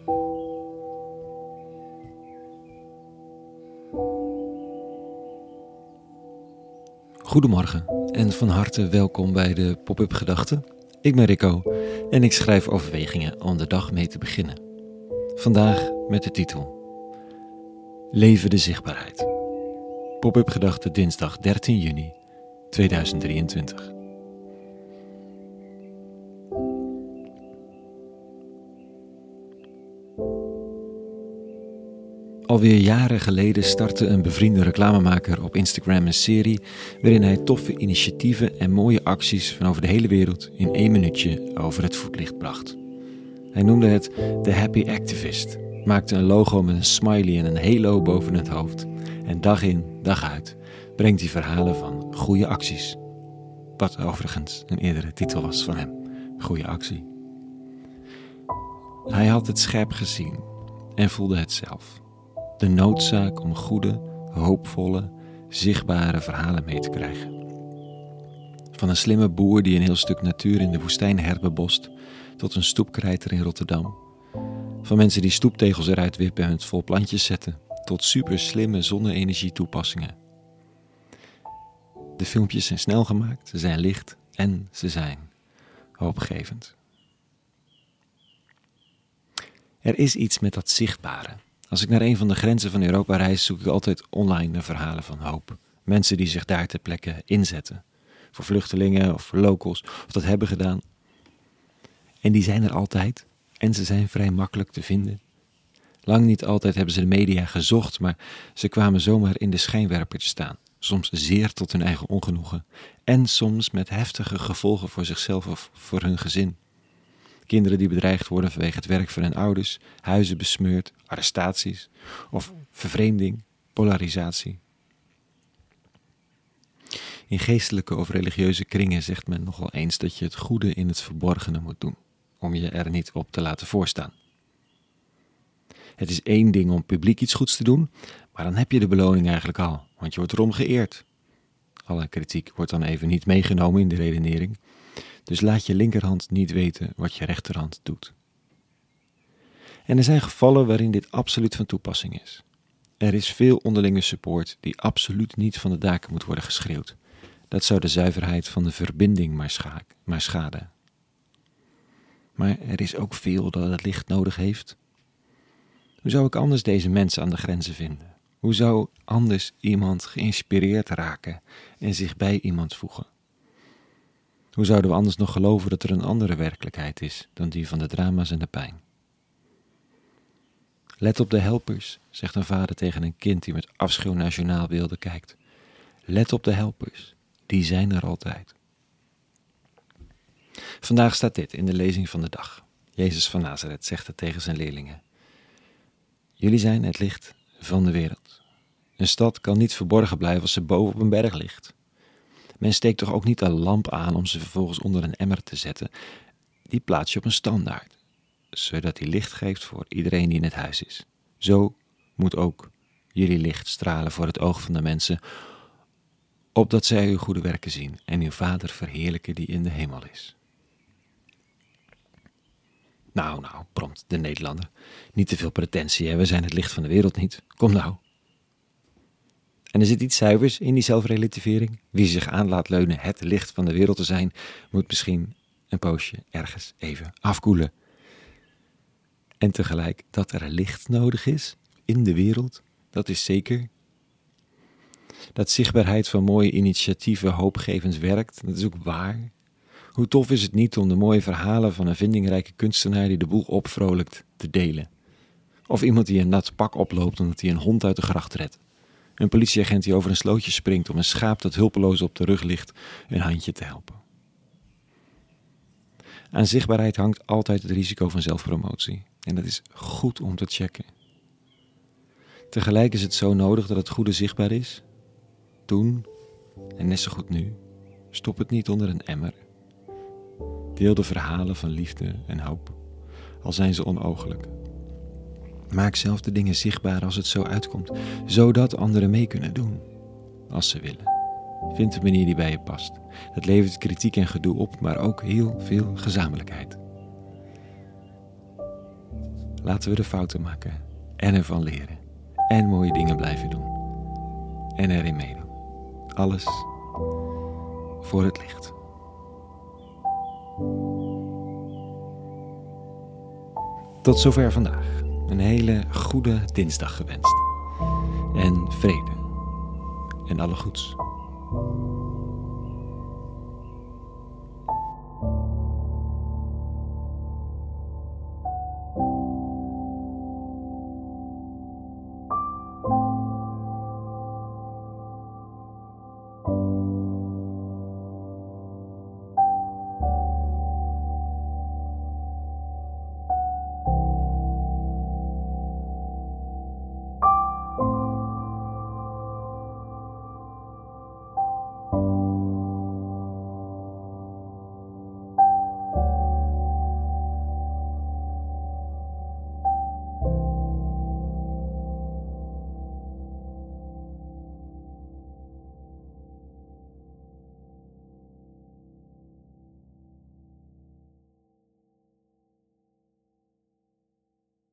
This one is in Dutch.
Goedemorgen en van harte welkom bij de Pop-up Gedachten. Ik ben Rico en ik schrijf overwegingen om de dag mee te beginnen. Vandaag met de titel Leven de zichtbaarheid. Pop-up Gedachten dinsdag 13 juni 2023. Alweer jaren geleden startte een bevriende reclamemaker op Instagram een serie waarin hij toffe initiatieven en mooie acties van over de hele wereld in 1 minuutje over het voetlicht bracht. Hij noemde het The Happy Activist, maakte een logo met een smiley en een halo boven het hoofd en dag in, dag uit brengt hij verhalen van goede acties. Wat overigens een eerdere titel was van hem, Goede Actie. Hij had het scherp gezien en voelde het zelf. De noodzaak om goede, hoopvolle, zichtbare verhalen mee te krijgen. Van een slimme boer die een heel stuk natuur in de woestijn herbebost, tot een stoepkrijter in Rotterdam. Van mensen die stoeptegels eruit wippen en het vol plantjes zetten, tot super slimme zonne-energie toepassingen. De filmpjes zijn snel gemaakt, ze zijn licht en ze zijn hoopgevend. Er is iets met dat zichtbare. Als ik naar een van de grenzen van Europa reis, zoek ik altijd online naar verhalen van hoop. Mensen die zich daar ter plekke inzetten. Voor vluchtelingen of voor locals, of dat hebben gedaan. En die zijn er altijd. En ze zijn vrij makkelijk te vinden. Lang niet altijd hebben ze de media gezocht, maar ze kwamen zomaar in de schijnwerper te staan. Soms zeer tot hun eigen ongenoegen. En soms met heftige gevolgen voor zichzelf of voor hun gezin. Kinderen die bedreigd worden vanwege het werk van hun ouders, huizen besmeurd, arrestaties of vervreemding, polarisatie. In geestelijke of religieuze kringen zegt men nogal eens dat je het goede in het verborgene moet doen, om je er niet op te laten voorstaan. Het is 1 ding om publiek iets goeds te doen, maar dan heb je de beloning eigenlijk al, want je wordt erom geëerd. Alle kritiek wordt dan even niet meegenomen in de redenering. Dus laat je linkerhand niet weten wat je rechterhand doet. En er zijn gevallen waarin dit absoluut van toepassing is. Er is veel onderlinge support die absoluut niet van de daken moet worden geschreeuwd. Dat zou de zuiverheid van de verbinding maar schaden. Maar er is ook veel dat het licht nodig heeft. Hoe zou ik anders deze mensen aan de grenzen vinden? Hoe zou anders iemand geïnspireerd raken en zich bij iemand voegen? Hoe zouden we anders nog geloven dat er een andere werkelijkheid is dan die van de drama's en de pijn? Let op de helpers, zegt een vader tegen een kind die met afschuw naar journaalbeelden kijkt. Let op de helpers, die zijn er altijd. Vandaag staat dit in de lezing van de dag. Jezus van Nazareth zegt het tegen zijn leerlingen. Jullie zijn het licht van de wereld. Een stad kan niet verborgen blijven als ze boven op een berg ligt. Men steekt toch ook niet een lamp aan om ze vervolgens onder een emmer te zetten. Die plaats je op een standaard, zodat die licht geeft voor iedereen die in het huis is. Zo moet ook jullie licht stralen voor het oog van de mensen, opdat zij uw goede werken zien en uw Vader verheerlijken die in de hemel is. Nou, prompt de Nederlander. Niet te veel pretentie, hè? We zijn het licht van de wereld niet. Kom nou. En er zit iets zuivers in die zelfrelativering. Wie zich aan laat leunen het licht van de wereld te zijn, moet misschien een poosje ergens even afkoelen. En tegelijk dat er licht nodig is in de wereld, dat is zeker. Dat zichtbaarheid van mooie initiatieven hoopgevend werkt, dat is ook waar. Hoe tof is het niet om de mooie verhalen van een vindingrijke kunstenaar die de boel opvrolijkt te delen. Of iemand die een nat pak oploopt omdat hij een hond uit de gracht redt. Een politieagent die over een slootje springt om een schaap dat hulpeloos op de rug ligt een handje te helpen. Aan zichtbaarheid hangt altijd het risico van zelfpromotie. En dat is goed om te checken. Tegelijk is het zo nodig dat het goede zichtbaar is. Toen, en net zo goed nu, stop het niet onder een emmer. Deel de verhalen van liefde en hoop, al zijn ze onooglijk. Maak zelf de dingen zichtbaar als het zo uitkomt, zodat anderen mee kunnen doen, als ze willen. Vind de manier die bij je past. Dat levert kritiek en gedoe op, maar ook heel veel gezamenlijkheid. Laten we de fouten maken en ervan leren. En mooie dingen blijven doen. En erin meedoen. Alles voor het licht. Tot zover vandaag. Een hele goede dinsdag gewenst. En vrede. En alle goeds.